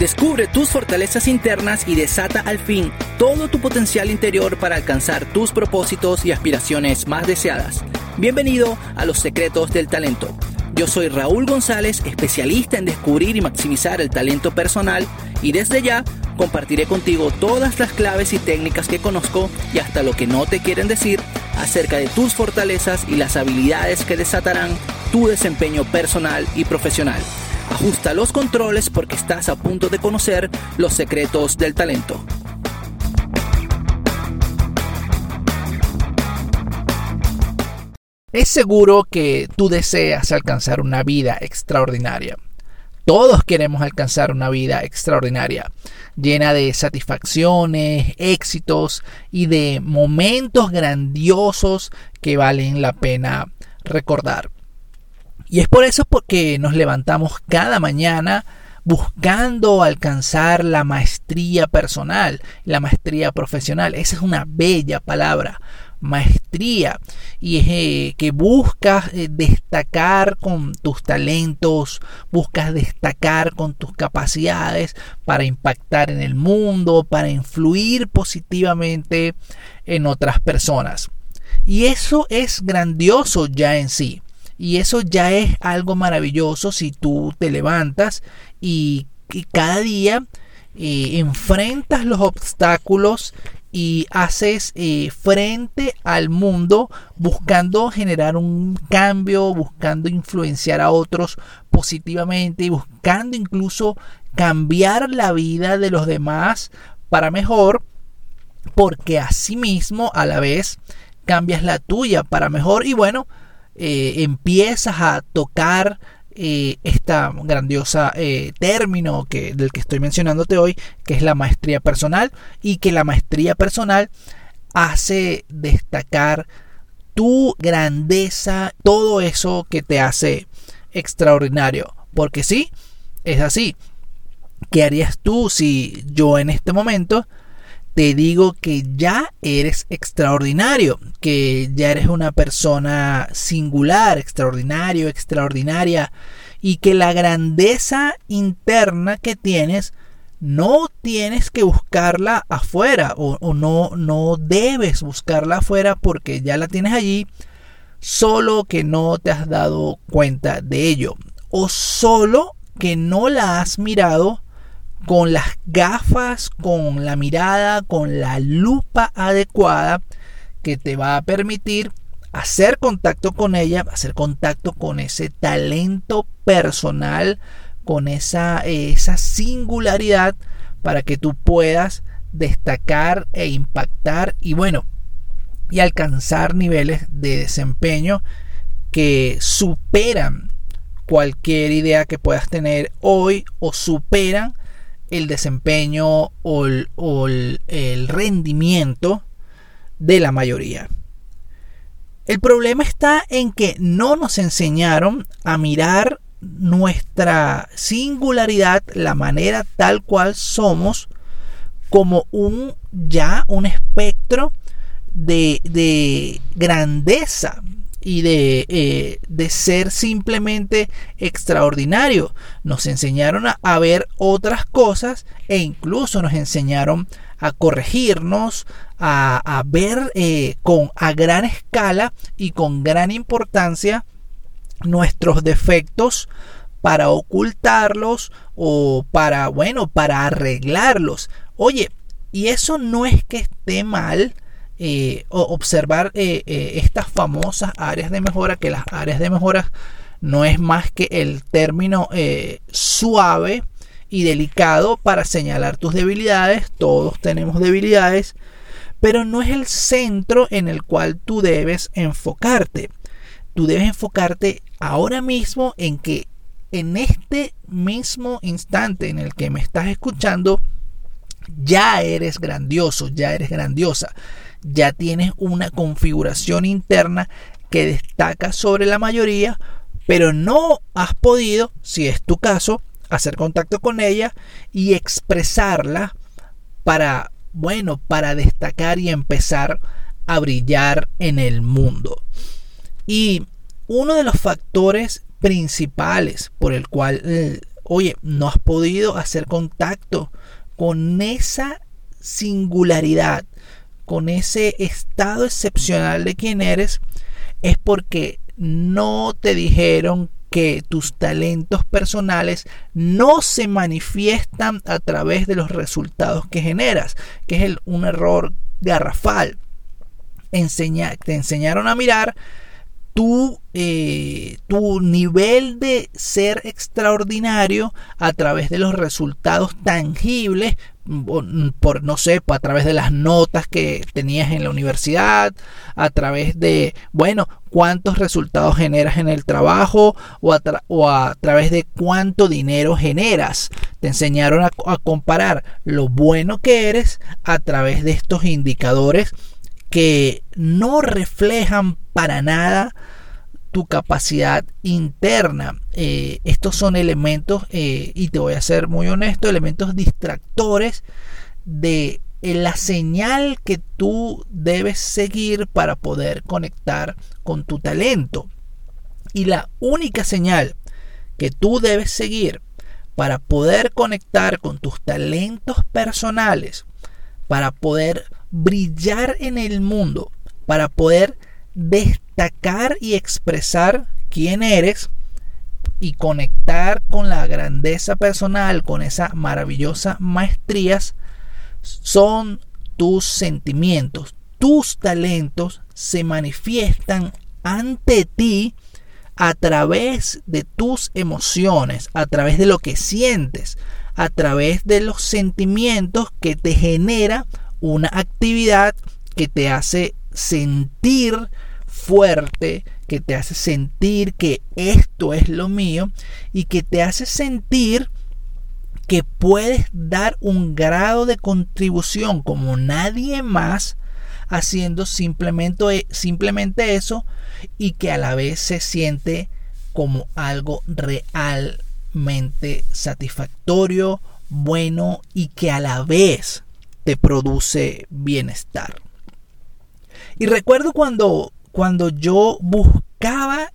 Descubre tus fortalezas internas y desata al fin todo tu potencial interior para alcanzar tus propósitos y aspiraciones más deseadas. Bienvenido a Los Secretos del Talento. Yo soy Raúl González, especialista en descubrir y maximizar el talento personal, y desde ya compartiré contigo todas las claves y técnicas que conozco y hasta lo que no te quieren decir acerca de tus fortalezas y las habilidades que desatarán tu desempeño personal y profesional. Ajusta los controles porque estás a punto de conocer los secretos del talento. Es seguro que tú deseas alcanzar una vida extraordinaria. Todos queremos alcanzar una vida extraordinaria, llena de satisfacciones, éxitos y de momentos grandiosos que valen la pena recordar. Y es por eso porque nos levantamos cada mañana buscando alcanzar la maestría personal, la maestría profesional. Esa es una bella palabra, maestría, y es que buscas destacar con tus talentos, buscas destacar con tus capacidades para impactar en el mundo, para influir positivamente en otras personas. Y eso es grandioso ya en sí. Y eso ya es algo maravilloso si tú te levantas y cada día enfrentas los obstáculos y haces frente al mundo buscando generar un cambio, buscando influenciar a otros positivamente y buscando incluso cambiar la vida de los demás para mejor, porque asimismo a la vez cambias la tuya para mejor y bueno, empiezas a tocar esta grandiosa término del que estoy mencionándote hoy, que es la maestría personal, y que la maestría personal hace destacar tu grandeza, todo eso que te hace extraordinario. Porque sí, es así. ¿Qué harías tú si yo en este momento te digo que ya eres extraordinario, que ya eres una persona singular, extraordinario, extraordinaria, y que la grandeza interna que tienes no tienes que buscarla afuera o no debes buscarla afuera porque ya la tienes allí, solo que no te has dado cuenta de ello o solo que no la has mirado con las gafas, con la mirada, con la lupa adecuada que te va a permitir hacer contacto con ella, hacer contacto con ese talento personal, con esa singularidad para que tú puedas destacar e impactar y bueno, y alcanzar niveles de desempeño que superan cualquier idea que puedas tener hoy o superan el desempeño o el rendimiento de la mayoría. El problema está en que no nos enseñaron a mirar nuestra singularidad, la manera tal cual somos, como un espectro de grandeza y de ser simplemente extraordinario. Nos enseñaron a ver otras cosas e incluso nos enseñaron a corregirnos, a ver a gran escala y con gran importancia nuestros defectos para ocultarlos o para arreglarlos. Oye, y eso no es que esté mal. Observar estas famosas áreas de mejora, que las áreas de mejora no es más que el término suave y delicado para señalar tus debilidades. Todos tenemos debilidades, pero no es el centro en el cual tú debes enfocarte. Tú debes enfocarte ahora mismo en que en este mismo instante en el que me estás escuchando ya eres grandioso, ya eres grandiosa. Ya tienes una configuración interna que destaca sobre la mayoría, pero no has podido, si es tu caso, hacer contacto con ella y expresarla para destacar y empezar a brillar en el mundo. Y uno de los factores principales por el cual oye, no has podido hacer contacto con esa singularidad, con ese estado excepcional de quién eres, es porque no te dijeron que tus talentos personales no se manifiestan a través de los resultados que generas, que es un error garrafal. Te enseñaron a mirar tu nivel de ser extraordinario a través de los resultados tangibles, a través de las notas que tenías en la universidad, a través de, cuántos resultados generas en el trabajo o a través de cuánto dinero generas. Te enseñaron a comparar lo bueno que eres a través de estos indicadores que no reflejan para nada tu capacidad interna. Estos son elementos, y te voy a ser muy honesto, elementos distractores de la señal que tú debes seguir para poder conectar con tu talento. Y la única señal que tú debes seguir para poder conectar con tus talentos personales, para poder brillar en el mundo, para poder destacar y expresar quién eres y conectar con la grandeza personal, con esas maravillosas maestrías, son tus sentimientos. Tus talentos se manifiestan ante ti a través de tus emociones, a través de lo que sientes, a través de los sentimientos que te genera una actividad que te hace sentir fuerte, que te hace sentir que esto es lo mío y que te hace sentir que puedes dar un grado de contribución como nadie más, haciendo simplemente eso, y que a la vez se siente como algo realmente satisfactorio, bueno, y que a la vez te produce bienestar. Y recuerdo cuando yo buscaba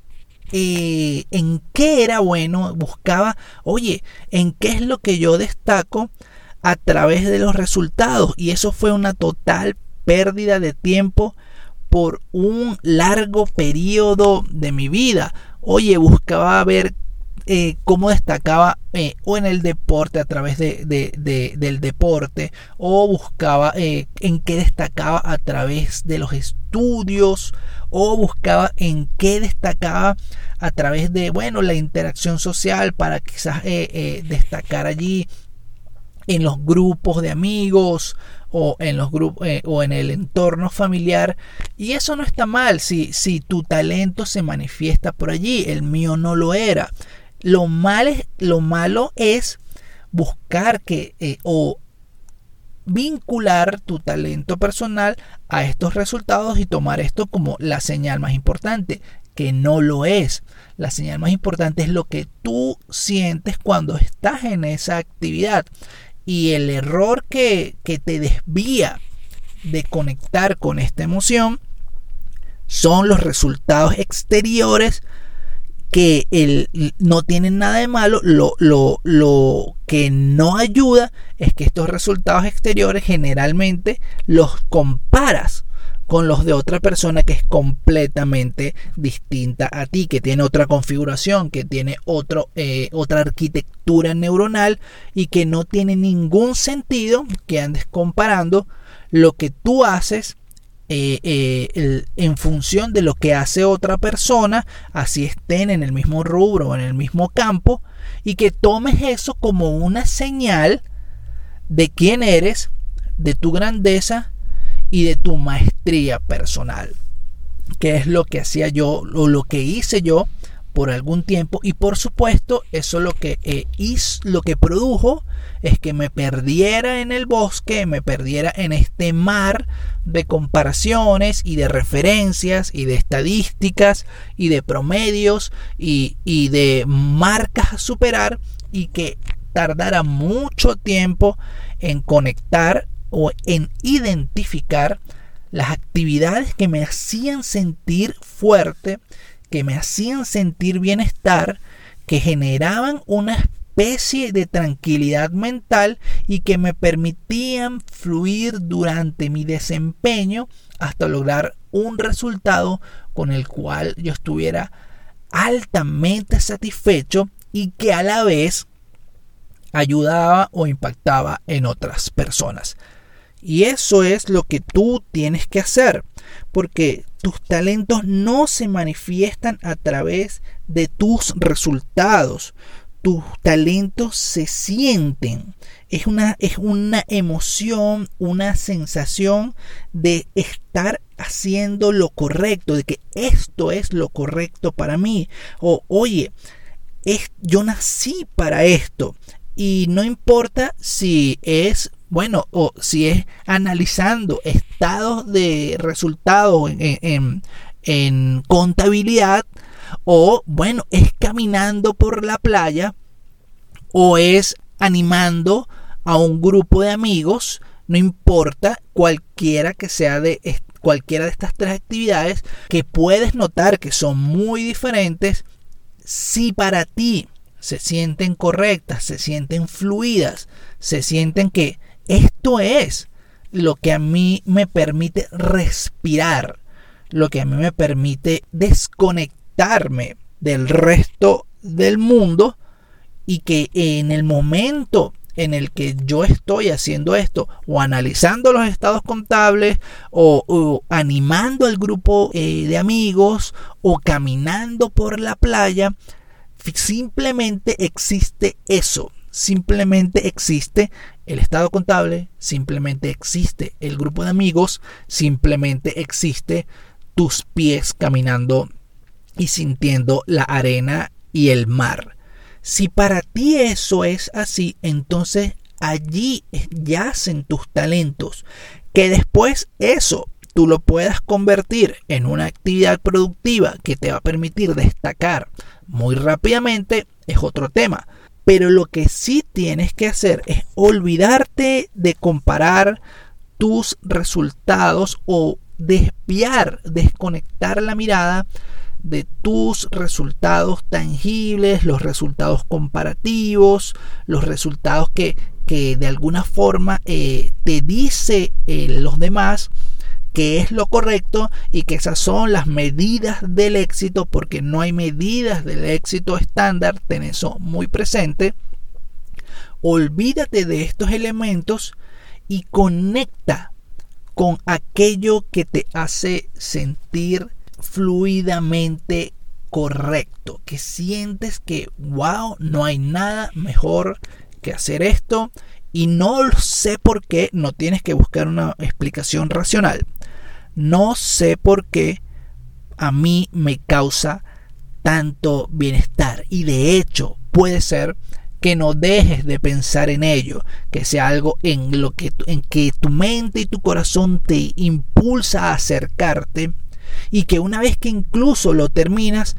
en qué era bueno, buscaba, en qué es lo que yo destaco a través de los resultados, y eso fue una total pérdida de tiempo por un largo periodo de mi vida. Buscaba ver cómo destacaba o en el deporte a través del deporte, o buscaba en qué destacaba a través de los estudios, o buscaba en qué destacaba a través de la interacción social, para quizás destacar allí en los grupos de amigos o en los grupos o en el entorno familiar. Y eso no está mal si tu talento se manifiesta por allí. El mío no lo era. Lo malo es buscar o vincular tu talento personal a estos resultados y tomar esto como la señal más importante, que no lo es. La señal más importante es lo que tú sientes cuando estás en esa actividad, y el error que te desvía de conectar con esta emoción son los resultados exteriores, que no tienen nada de malo. Lo que no ayuda es que estos resultados exteriores generalmente los comparas con los de otra persona que es completamente distinta a ti, que tiene otra configuración, que tiene otra arquitectura neuronal, y que no tiene ningún sentido que andes comparando lo que tú haces en función de lo que hace otra persona, así estén en el mismo rubro o en el mismo campo, y que tomes eso como una señal de quién eres, de tu grandeza y de tu maestría personal, que es lo que hacía yo, o lo que hice yo por algún tiempo. Y por supuesto eso lo que produjo es que me perdiera en el bosque, me perdiera en este mar de comparaciones y de referencias y de estadísticas y de promedios y de marcas a superar, y que tardara mucho tiempo en conectar o en identificar las actividades que me hacían sentir fuerte, que me hacían sentir bienestar, que generaban una especie de tranquilidad mental y que me permitían fluir durante mi desempeño hasta lograr un resultado con el cual yo estuviera altamente satisfecho y que a la vez ayudaba o impactaba en otras personas. Y eso es lo que tú tienes que hacer, porque tus talentos no se manifiestan a través de tus resultados. Tus talentos se sienten. Es una emoción, una sensación de estar haciendo lo correcto, de que esto es lo correcto para mí. O oye, yo nací para esto. Y no importa si es, o si es analizando estados de resultados en contabilidad, o es caminando por la playa, o es animando a un grupo de amigos. No importa, cualquiera que sea de cualquiera de estas tres actividades, que puedes notar que son muy diferentes, si para ti se sienten correctas, se sienten fluidas, se sienten que esto es lo que a mí me permite respirar, lo que a mí me permite desconectarme del resto del mundo, y que en el momento en el que yo estoy haciendo esto, o analizando los estados contables, o animando al grupo de amigos, o caminando por la playa, simplemente existe eso. Simplemente existe el estado contable, simplemente existe el grupo de amigos, simplemente existe tus pies caminando y sintiendo la arena y el mar. Si para ti eso es así, entonces allí yacen tus talentos. Que después eso tú lo puedas convertir en una actividad productiva que te va a permitir destacar muy rápidamente es otro tema. Pero lo que sí tienes que hacer es olvidarte de comparar tus resultados, o desconectar la mirada de tus resultados tangibles, los resultados comparativos, los resultados que de alguna forma te dice los demás que es lo correcto, y que esas son las medidas del éxito, porque no hay medidas del éxito estándar. Ten eso muy presente. Olvídate de estos elementos y conecta con aquello que te hace sentir fluidamente correcto, que sientes que no hay nada mejor que hacer esto, y no sé por qué. No tienes que buscar una explicación racional. No sé por qué a mí me causa tanto bienestar, y de hecho puede ser que no dejes de pensar en ello, que sea algo en que tu mente y tu corazón te impulsa a acercarte, y que una vez que incluso lo terminas,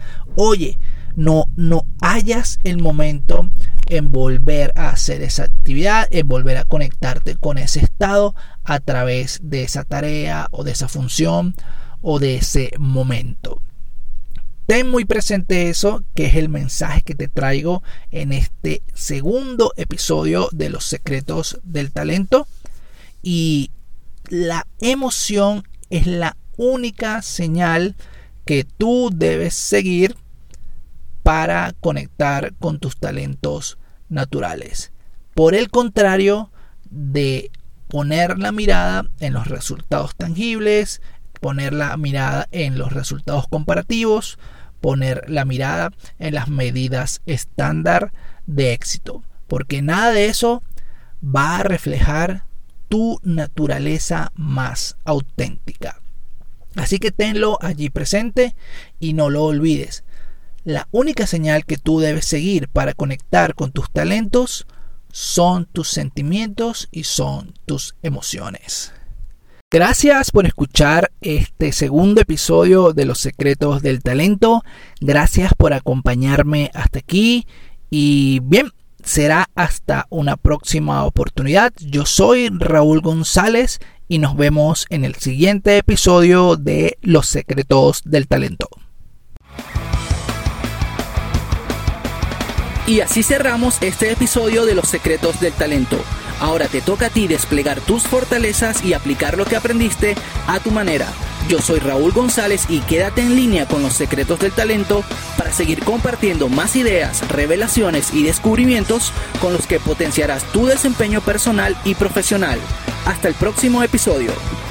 no hayas el momento en volver a hacer esa actividad, en volver a conectarte con ese estado a través de esa tarea, o de esa función, o de ese momento. Ten muy presente eso, que es el mensaje que te traigo en este segundo episodio de Los Secretos del Talento. Y la emoción es la única señal que tú debes seguir para conectar con tus talentos naturales. Por el contrario de poner la mirada en los resultados tangibles, poner la mirada en los resultados comparativos, poner la mirada en las medidas estándar de éxito, porque nada de eso va a reflejar tu naturaleza más auténtica. Así que tenlo allí presente y no lo olvides. La única señal que tú debes seguir para conectar con tus talentos son tus sentimientos y son tus emociones. Gracias por escuchar este segundo episodio de Los Secretos del Talento. Gracias por acompañarme hasta aquí. Y bien, será hasta una próxima oportunidad. Yo soy Raúl González y nos vemos en el siguiente episodio de Los Secretos del Talento. Y así cerramos este episodio de Los Secretos del Talento. Ahora te toca a ti desplegar tus fortalezas y aplicar lo que aprendiste a tu manera. Yo soy Raúl González y quédate en línea con Los Secretos del Talento para seguir compartiendo más ideas, revelaciones y descubrimientos con los que potenciarás tu desempeño personal y profesional. Hasta el próximo episodio.